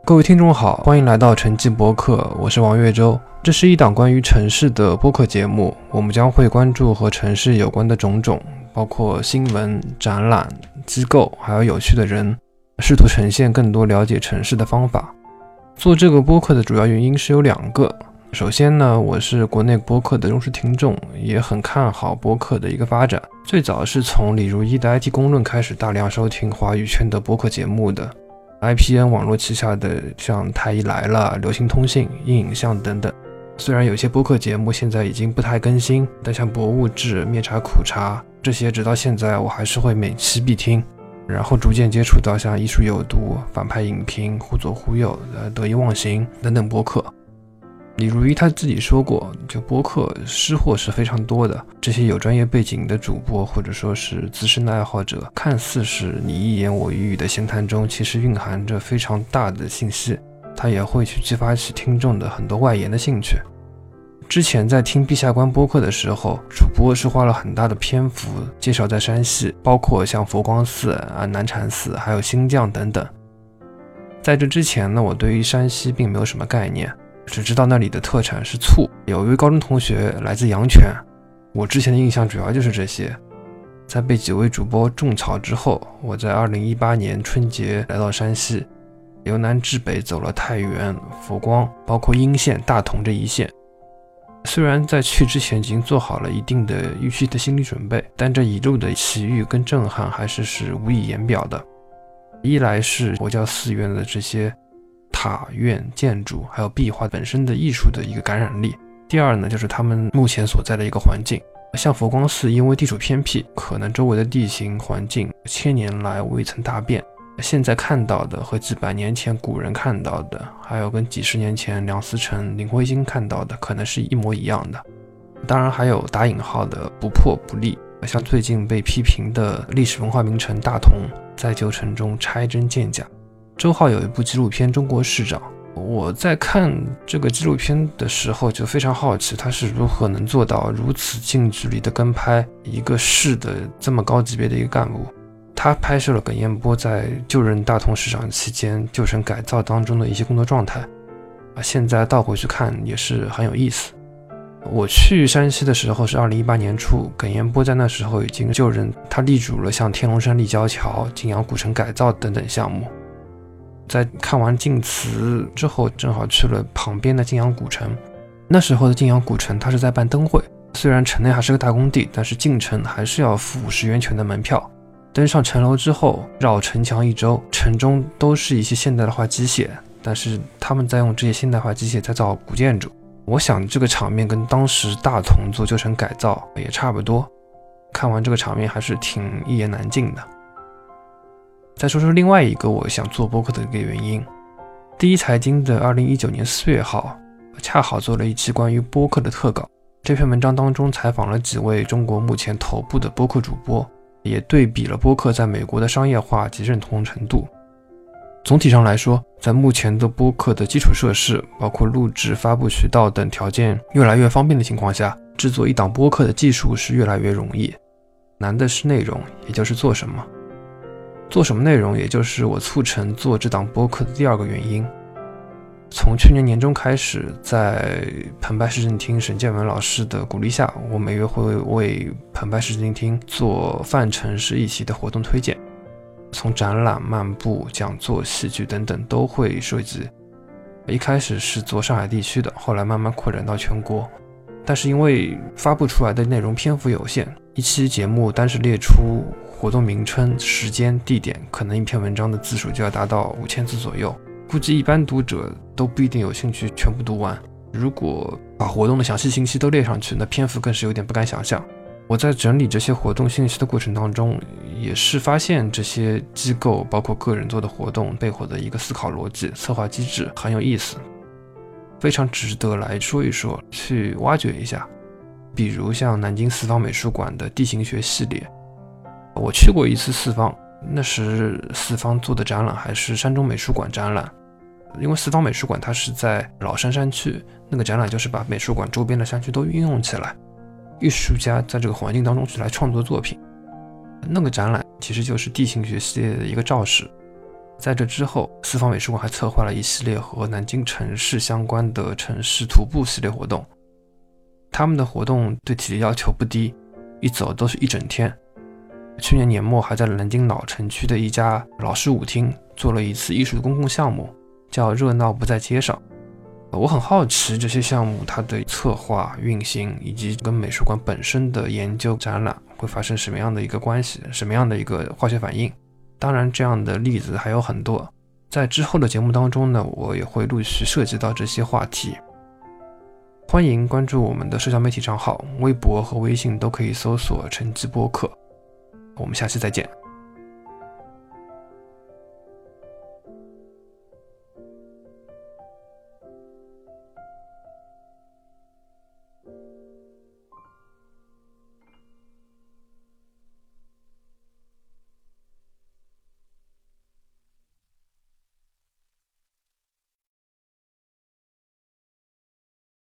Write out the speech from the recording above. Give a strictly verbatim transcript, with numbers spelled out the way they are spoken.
各位听众好，欢迎来到城际播客，我是王岳洲。这是一档关于城市的播客节目，我们将会关注和城市有关的种种，包括新闻、展览、机构，还有有趣的人，试图呈现更多了解城市的方法。做这个播客的主要原因是有两个。首先呢，我是国内播客的忠实听众，也很看好播客的一个发展。最早是从李如一的 I T 公论开始大量收听华语圈的播客节目的。I P N 网络旗下的像太医来了、流行通信、硬影像等等，虽然有些播客节目现在已经不太更新，但像博物志、灭茶苦茶这些，直到现在我还是会每期必听。然后逐渐接触到像艺术有毒、反派影评、忽左忽右、得意忘形等等播客。李如一他自己说过，就播客失货是非常多的，这些有专业背景的主播或者说是资深的爱好者，看似是你一言我一语的闲谈中，其实蕴含着非常大的信息，他也会去激发起听众的很多外延的兴趣。之前在听陛下观播客的时候，主播是花了很大的篇幅介绍在山西，包括像佛光寺啊、南禅寺还有新疆等等。在这之前呢，我对于山西并没有什么概念，只知道那里的特产是醋，有一位高中同学来自阳泉，我之前的印象主要就是这些。在被几位主播种草之后，我在二零一八年春节来到山西，由南至北走了太原、佛光，包括阴县、大同这一线。虽然在去之前已经做好了一定的预期的心理准备，但这一路的奇遇跟震撼还是是无以言表的。一来是佛教寺院的这些塔院建筑还有壁画本身的艺术的一个感染力，第二呢，就是他们目前所在的一个环境。像佛光寺因为地处偏僻，可能周围的地形环境千年来未曾大变，现在看到的和几百年前古人看到的，还有跟几十年前梁思成、林徽因看到的可能是一模一样的。当然还有打引号的不破不立，像最近被批评的历史文化名城大同，在旧城中拆真见假。周浩有一部纪录片《中国市长》，我在看这个纪录片的时候就非常好奇，他是如何能做到如此近距离的跟拍一个市的这么高级别的一个干部。他拍摄了耿彦波在就任大同市长期间旧城改造当中的一些工作状态，现在倒回去看也是很有意思。我去山西的时候是二零一八年初，耿彦波在那时候已经就任，他力主了像天龙山立交桥、晋阳古城改造等等项目。在看完晋祠之后，正好去了旁边的晋阳古城。那时候的晋阳古城它是在办灯会，虽然城内还是个大工地，但是进城还是要付五十元钱的门票。登上城楼之后，绕城墙一周，城中都是一些现代化机械，但是他们在用这些现代化机械在造古建筑。我想这个场面跟当时大同做旧城改造也差不多。看完这个场面还是挺一言难尽的。再说说另外一个我想做播客的一个原因，第一财经的二零一九年四月号恰好做了一期关于播客的特稿，这篇文章当中采访了几位中国目前头部的播客主播，也对比了播客在美国的商业化及认同程度。总体上来说，在目前的播客的基础设施，包括录制、发布渠道等条件越来越方便的情况下，制作一档播客的技术是越来越容易，难的是内容，也就是做什么。做什么内容，也就是我促成做这档播客的第二个原因。从去年年中开始，在澎湃市政厅沈建文老师的鼓励下，我每月会为澎湃市政厅做泛城市一期的活动推荐，从展览、漫步、讲座、戏剧等等都会涉及。一开始是做上海地区的，后来慢慢扩展到全国。但是因为发布出来的内容篇幅有限，一期节目单是列出活动名称、时间、地点，可能一篇文章的字数就要达到五千字左右，估计一般读者都不一定有兴趣全部读完。如果把活动的详细信息都列上去，那篇幅更是有点不敢想象。我在整理这些活动信息的过程当中，也是发现这些机构包括个人做的活动背后的一个思考逻辑、策划机制很有意思，非常值得来说一说，去挖掘一下。比如像南京四方美术馆的地形学系列，我去过一次四方，那时四方做的展览还是山中美术馆展览，因为四方美术馆它是在老山山区，那个展览就是把美术馆周边的山区都运用起来，艺术家在这个环境当中去来创作作品。那个展览其实就是地形学系列的一个肇始， 在这之后，四方美术馆还策划了一系列和南京城市相关的城市徒步系列活动。他们的活动对体力要求不低，一走都是一整天。去年年末还在南京老城区的一家老式舞厅做了一次艺术公共项目，叫热闹不在街上。我很好奇这些项目它的策划、运行以及跟美术馆本身的研究展览会发生什么样的一个关系，什么样的一个化学反应。当然这样的例子还有很多，在之后的节目当中呢，我也会陆续涉及到这些话题。欢迎关注我们的社交媒体账号，微博和微信都可以搜索晨记播客。我们下期再见。